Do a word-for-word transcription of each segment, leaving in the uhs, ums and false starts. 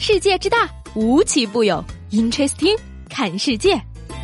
世界之大，无奇不有。Interesting， 看世界。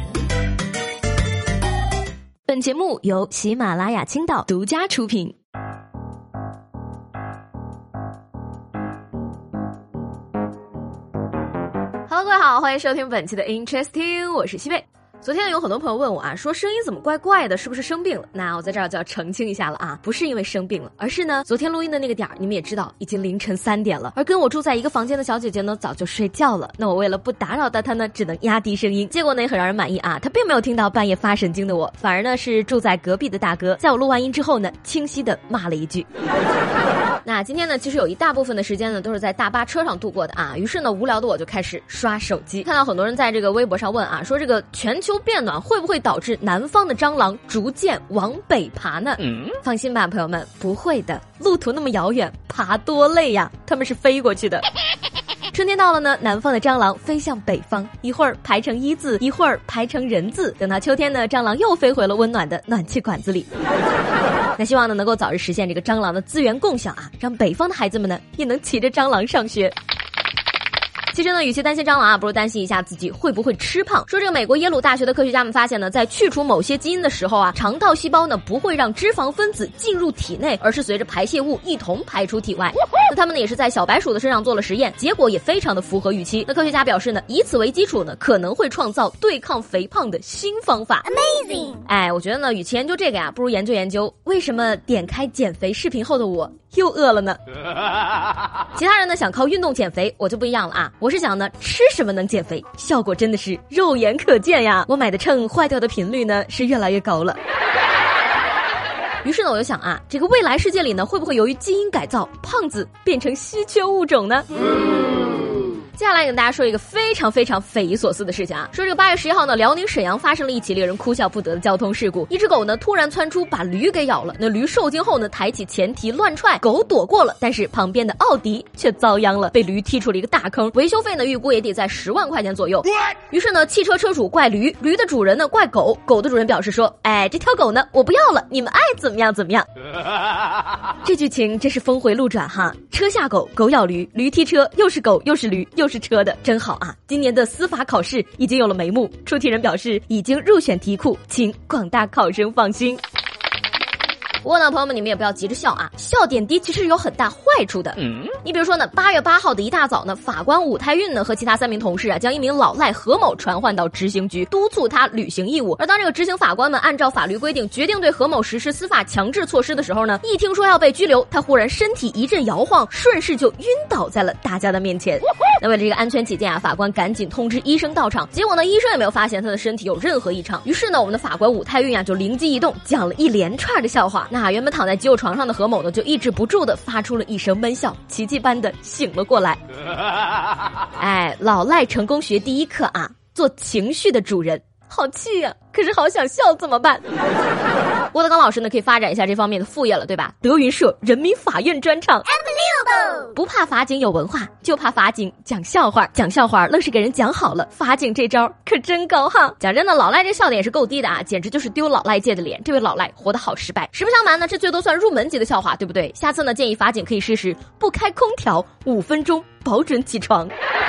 本节目由喜马拉雅青岛独家出品。Hello， 各位好，欢迎收听本期的 Interesting， 我是西贝。昨天有很多朋友问我啊，说声音怎么怪怪的，是不是生病了？那我在这儿就要澄清一下了啊，不是因为生病了，而是呢，昨天录音的那个点儿，你们也知道，已经凌晨三点了，而跟我住在一个房间的小姐姐呢，早就睡觉了。那我为了不打扰到她呢，只能压低声音。结果呢，也很让人满意啊，她并没有听到半夜发神经的我，反而呢是住在隔壁的大哥，在我录完音之后呢，清晰的骂了一句。那今天呢，其实有一大部分的时间呢，都是在大巴车上度过的啊。于是呢，无聊的我就开始刷手机，看到很多人在这个微博上问啊，说这个全球变暖会不会导致南方的蟑螂逐渐往北爬呢？嗯，放心吧，朋友们，不会的。路途那么遥远，爬多累呀，他们是飞过去的。春天到了呢，南方的蟑螂飞向北方，一会儿排成一字，一会儿排成人字。等到秋天呢，蟑螂又飞回了温暖的暖气管子里。那希望呢能够早日实现这个蟑螂的资源共享啊，让北方的孩子们呢也能骑着蟑螂上学。其实呢，与其担心蟑螂啊，不如担心一下自己会不会吃胖。说这个美国耶鲁大学的科学家们发现呢，在去除某些基因的时候啊，肠道细胞呢不会让脂肪分子进入体内，而是随着排泄物一同排出体外。那他们呢也是在小白鼠的身上做了实验，结果也非常的符合预期。那科学家表示呢，以此为基础呢，可能会创造对抗肥胖的新方法。Amazing！ 哎，我觉得呢，与其研究这个呀，不如研究研究为什么点开减肥视频后的我又饿了呢？其他人呢想靠运动减肥，我就不一样了啊！我是想呢，吃什么能减肥，效果真的是肉眼可见呀！我买的秤坏掉的频率呢是越来越高了。于是呢，我就想啊，这个未来世界里呢，会不会由于基因改造，胖子变成稀缺物种呢？接下来跟大家说一个非常非常匪夷所思的事情啊，说这个八月十一号呢，辽宁沈阳发生了一起令人哭笑不得的交通事故。一只狗呢突然窜出，把驴给咬了。那驴受惊后呢，抬起前蹄乱踹，狗躲过了，但是旁边的奥迪却遭殃了，被驴踢出了一个大坑，维修费呢预估也得在十万块钱左右。于是呢，汽车车主怪驴，驴的主人呢怪狗，狗的主人表示说，哎，这条狗呢我不要了，你们爱怎么样怎么样。这剧情真是峰回路转哈，车下狗，狗咬驴，驴踢车，又是狗又是驴又是车的，真好啊！今年的司法考试已经有了眉目，出题人表示已经入选题库，请广大考生放心。不过呢，朋友们，你们也不要急着笑啊，笑点低其实有很大坏处的。嗯，你比如说呢，八月八号的一大早呢，法官武太运呢和其他三名同事啊，将一名老赖何某传唤到执行局，督促他履行义务。而当这个执行法官们按照法律规定决定对何某实施司法强制措施的时候呢，一听说要被拘留，他忽然身体一阵摇晃，顺势就晕倒在了大家的面前。那为了这个安全起见啊，法官赶紧通知医生到场，结果呢，医生也没有发现他的身体有任何异常。于是呢，我们的法官武太运啊就灵机一动，讲了一连串的笑话。那原本躺在急救床上的何某呢，就抑制不住的发出了一声闷笑，奇迹般的醒了过来。哎，老赖成功学第一课啊，做情绪的主人。好气呀、啊，可是好想笑，怎么办？郭德纲老师呢，可以发展一下这方面的副业了，对吧？德云社人民法院专场，不怕法警有文化，就怕法警讲笑话，讲笑话愣是给人讲好了，法警这招可真高哈！讲真的，老赖这笑点也是够低的啊，简直就是丢老赖界的脸。这位老赖活得好失败。实不相瞒呢，这最多算入门级的笑话，对不对？下次呢，建议法警可以试试不开空调，五分钟保准起床。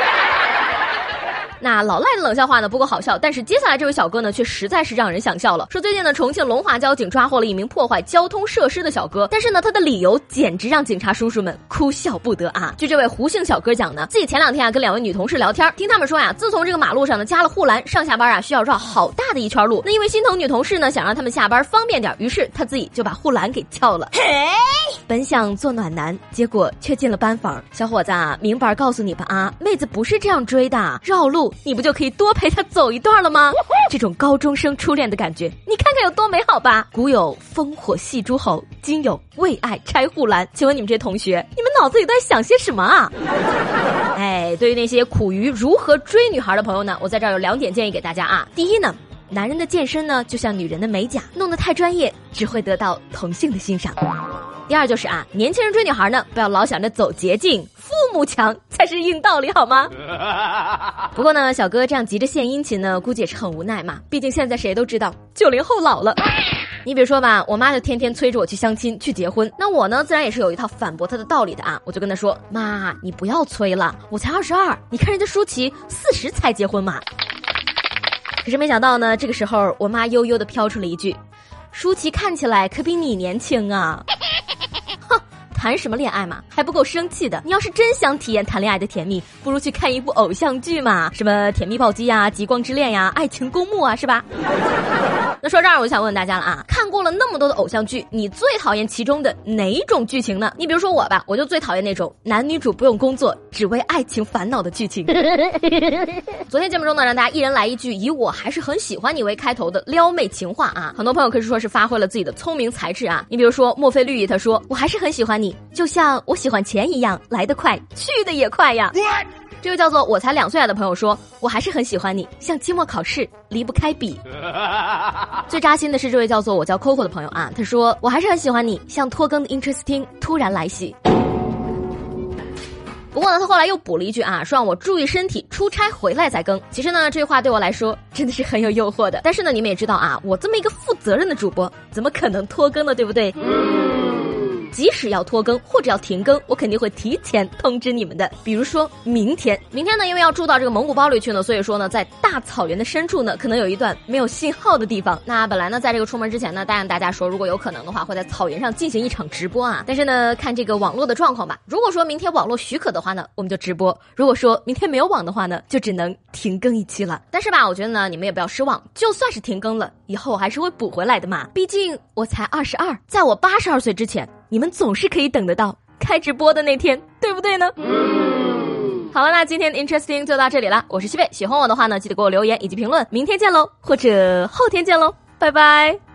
那老赖的冷笑话呢不够好笑，但是接下来这位小哥呢却实在是让人想笑了。说最近呢，重庆龙华交警抓获了一名破坏交通设施的小哥，但是呢他的理由简直让警察叔叔们哭笑不得啊。据这位胡姓小哥讲呢，自己前两天啊跟两位女同事聊天，听他们说呀，自从这个马路上呢加了护栏，上下班啊需要绕好大的一圈路。那因为心疼女同事呢，想让他们下班方便点，于是他自己就把护栏给撬了。本想做暖男，结果却进了班房。小伙子啊，明白告诉你吧啊，妹子不是这样追的，绕路你不就可以多陪她走一段了吗？这种高中生初恋的感觉，你看看有多美好吧。古有烽火戏诸侯，今有为爱拆护栏。请问你们这些同学，你们脑子里在想些什么啊？哎，对于那些苦于如何追女孩的朋友呢，我在这儿有两点建议给大家啊。第一呢，男人的健身呢就像女人的美甲，弄得太专业只会得到同性的欣赏。第二就是啊，年轻人追女孩呢，不要老想着走捷径，父母强才是硬道理好吗？不过呢，小哥这样急着献殷勤呢，估计也是很无奈嘛，毕竟现在谁都知道九零后老了。你比如说吧，我妈就天天催着我去相亲去结婚，那我呢自然也是有一套反驳她的道理的啊，我就跟她说，妈你不要催了，我才二十二，你看人家舒淇四十才结婚嘛。可是没想到呢，这个时候我妈悠悠地飘出了一句，舒淇看起来可比你年轻啊。哼，谈什么恋爱嘛，还不够生气的。你要是真想体验谈恋爱的甜蜜，不如去看一部偶像剧嘛，什么甜蜜暴击呀、极光之恋呀、爱情公墓啊，是吧？那说这儿我就想问大家了啊，看过了那么多的偶像剧，你最讨厌其中的哪种剧情呢？你比如说我吧，我就最讨厌那种男女主不用工作只为爱情烦恼的剧情。昨天节目中呢，让大家一人来一句以我还是很喜欢你为开头的撩妹情话啊，很多朋友可以说是发挥了自己的聪明才智啊。你比如说墨菲绿意他说，我还是很喜欢你，就像我喜欢钱一样，来得快去得也快呀。这位叫做我才两岁的朋友说，我还是很喜欢你，像期末考试离不开笔。最扎心的是这位叫做我叫 Coco 的朋友啊，他说我还是很喜欢你，像拖更的 Interesting 突然来袭。不过呢，他后来又补了一句啊，说让我注意身体，出差回来再更。其实呢，这句话对我来说真的是很有诱惑的。但是呢，你们也知道啊，我这么一个负责任的主播，怎么可能拖更呢？对不对？即使要拖更或者要停更，我肯定会提前通知你们的。比如说明天，明天呢，因为要住到这个蒙古包里去呢，所以说呢，在大草原的深处呢，可能有一段没有信号的地方。那本来呢，在这个出门之前呢，答应大家说，如果有可能的话，会在草原上进行一场直播啊。但是呢，看这个网络的状况吧，如果说明天网络许可的话呢，我们就直播；如果说明天没有网的话呢，就只能停更一期了。但是吧，我觉得呢，你们也不要失望，就算是停更了，以后我还是会补回来的嘛。毕竟我才二十二，在我八十二岁之前，你们总是可以等得到开直播的那天，对不对呢？嗯、好了，那今天的 Interesting 就到这里了。我是西贝，喜欢我的话呢，记得给我留言以及评论。明天见喽，或者后天见喽，拜拜。